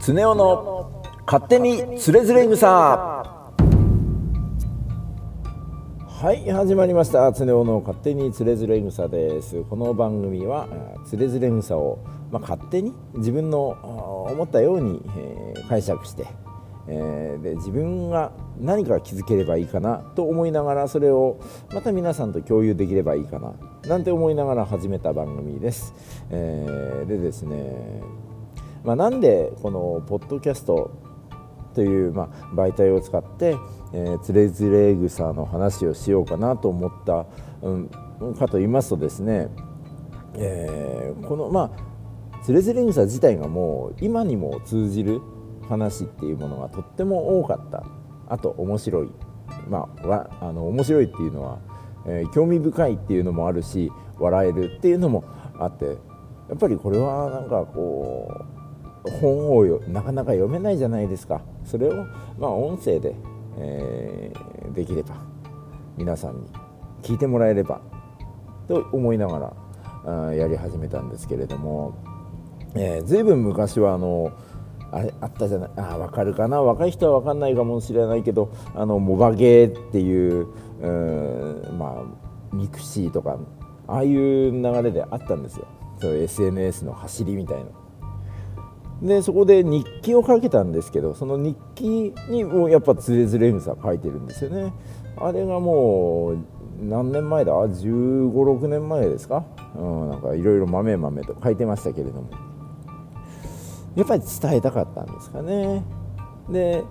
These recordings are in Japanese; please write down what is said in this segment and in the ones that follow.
常雄の勝手につれづれ草。はい、始まりました。常雄の勝手につれづれ草です。この番組はつれづれ草を、勝手に自分の思ったように、解釈して、で自分が何か気づければいいかなと思いながら、それをまた皆さんと共有できればいいかななんて思いながら始めた番組です。でですね、なんでこのポッドキャストという、媒体を使って、つれづれ草の話をしようかなと思った、かと言いますとですね、このつれづれ草自体がもう今にも通じる話っていうものがとっても多かった。あと面白い、面白いっていうのは、興味深いっていうのもあるし、笑えるっていうのもあって、やっぱりこれはなんかこう本をなかなか読めないじゃないですか。それを音声で、できれば皆さんに聞いてもらえればと思いながらやり始めたんですけれども、ずいぶん昔はあれあったじゃない、分かるかな、若い人は分かんないかもしれないけど、モバゲーっていう、ミクシーとかああいう流れであったんですよ。そういう SNS の走りみたいな。でそこで日記を書けたんですけど、その日記にもやっぱつれづれ草書いてるんですよね。あれがもう何年前だ、15、16年前ですか。なんかいろいろ豆と書いてましたけれども、やっぱり伝えたかったんですかね。で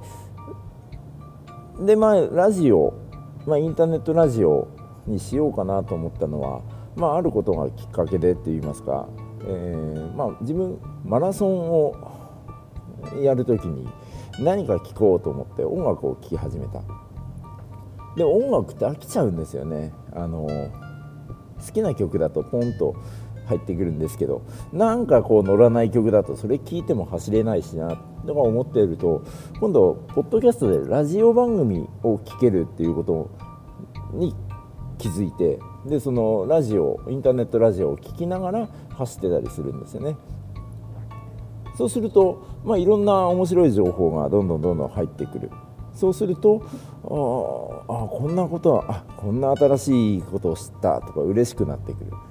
ラジオ、インターネットラジオにしようかなと思ったのは、あることがきっかけでって言いますか、自分マラソンをやるときに何か聴こうと思って音楽を聴き始めた。で音楽って飽きちゃうんですよね。好きな曲だとポンと入ってくるんですけど、なんかこう乗らない曲だとそれ聴いても走れないしなとか思っていると、今度ポッドキャストでラジオ番組を聴けるっていうことに気づいて、でそのラジオ、インターネットラジオを聞きながら走ってたりするんですよね。そうすると、いろんな面白い情報がどんどん入ってくる。そうするとこんなことはこんな新しいことを知ったとか嬉しくなってくる。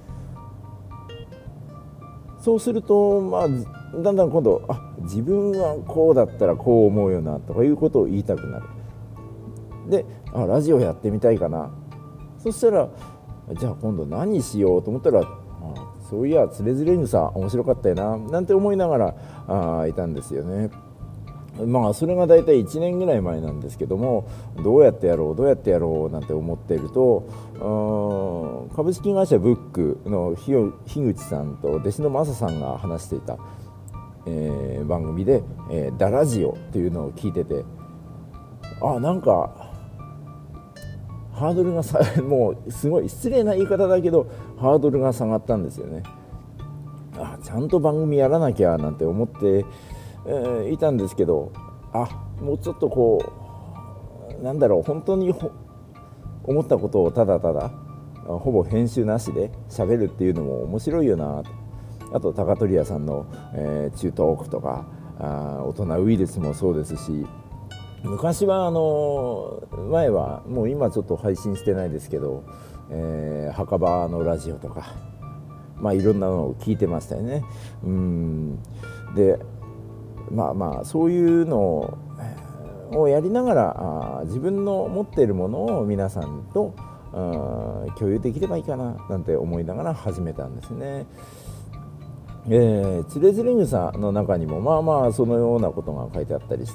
そうすると、だんだん今度自分はこうだったらこう思うよなとかいうことを言いたくなる。でラジオやってみたいかな。そしたらじゃあ今度何しようと思ったら、そういやつれづれ草面白かったよななんて思いながらいたんですよね。それがだいたい1年ぐらい前なんですけども、どうやってやろうなんて思っていると、株式会社ブックの樋口さんと弟子の正さんが話していた、番組で、ダラジオっていうのを聞いてて、なんかハードルがもうすごい失礼な言い方だけどハードルが下がったんですよね。ちゃんと番組やらなきゃなんて思って、いたんですけど、もうちょっとこう本当に思ったことをただほぼ編集なしで喋るっていうのも面白いよな。あと高取屋さんの、中トークとか大人ウイルスもそうですし、昔は前はもう今ちょっと配信してないですけど、墓場のラジオとか、いろんなのを聞いてましたよね。でそういうのをやりながら自分の持っているものを皆さんと共有できればいいかななんて思いながら始めたんですね。つれづれ草の中にもそのようなことが書いてあったりして、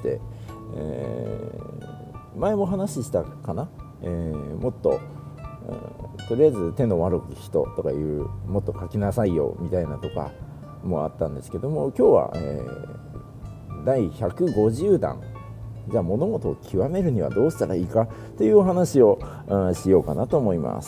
前も話したかな、もっと、とりあえず手の悪い人とかいうもっと書きなさいよみたいなとかもあったんですけども、今日は、第150弾、じゃあ物事を極めるにはどうしたらいいかというお話を、しようかなと思います。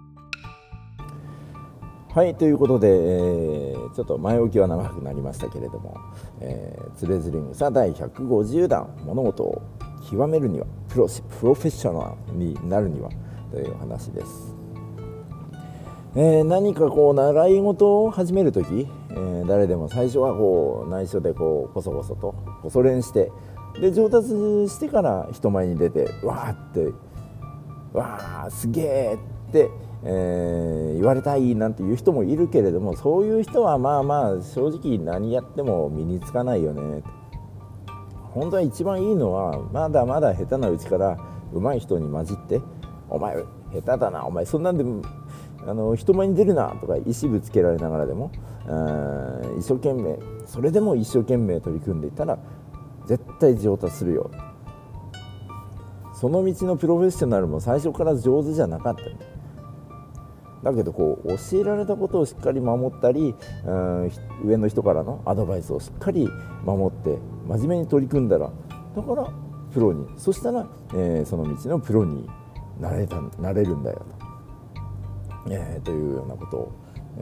はい、ということで、ちょっと前置きは長くなりましたけれども、つれづれ草第150弾、物事を極めるにはプロフェッショナルになるにはという話です。何かこう習い事を始めるとき、 誰でも最初はこう内緒でこうこそこそとこそ練してで上達してから人前に出てわーってわーすげーって、言われたいなんていう人もいるけれども、そういう人はまあまあ正直何やっても身につかないよね。本当は一番いいのはまだまだ下手なうちから上手い人に混じってお前下手だなお前そんなんで人前に出るなとか石ぶつけられながらでも一生懸命それでも一生懸命取り組んでいたら絶対上達するよ。その道のプロフェッショナルも最初から上手じゃなかった、ね、だけどこう教えられたことをしっかり守ったり上の人からのアドバイスをしっかり守って真面目に取り組んだらだからプロにそしたら、その道のプロになれるんだよと、というようなことを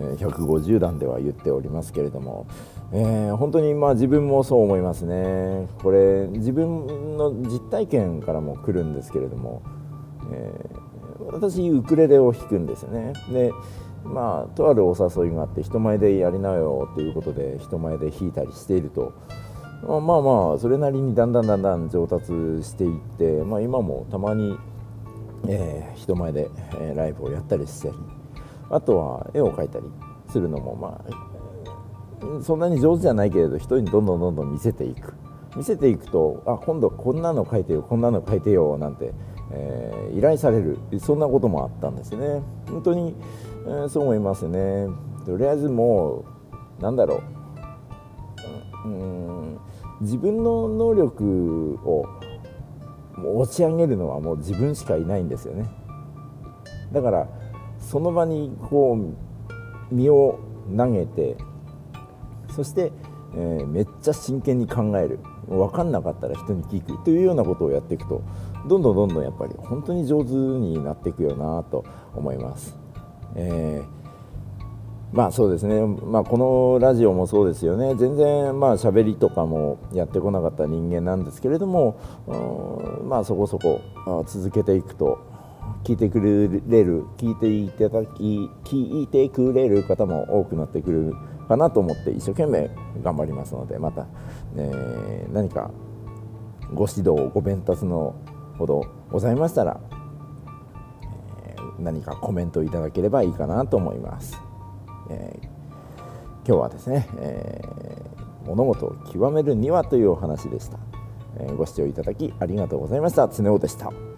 150段では言っておりますけれども、本当にまあ自分もそう思いますね。これ自分の実体験からも来るんですけれども、私ウクレレを弾くんですよね。でまあとあるお誘いがあって人前でやりなよということで人前で弾いたりしているとまあまあそれなりにだんだん上達していって、まあ、今もたまに、人前で、ライブをやったりしたりあとは絵を描いたりするのもまあそんなに上手じゃないけれど人にどんどん見せていくと今度こんなの描いてよこんなの描いてよなんて、依頼されるそんなこともあったんですね。本当に、そう思いますね。とりあえずもうなんだろう、自分の能力を持ち上げるのはもう自分しかいないんですよね。だからその場にこう身を投げてそして、めっちゃ真剣に考える分かんなかったら人に聞くというようなことをやっていくとどんどんやっぱり本当に上手になっていくよなと思います。まあそうですね、まあ、このラジオもそうですよね。全然まあ喋りとかもやってこなかった人間なんですけれどもまあそこそこ続けていくと聞いてくれる方も多くなってくるかなと思って一生懸命頑張りますのでまた、何かご指導ご鞭撻のほどございましたら、何かコメントいただければいいかなと思います。今日はですね、物事を極めるにはというお話でした。ご視聴いただきありがとうございました。常雄でした。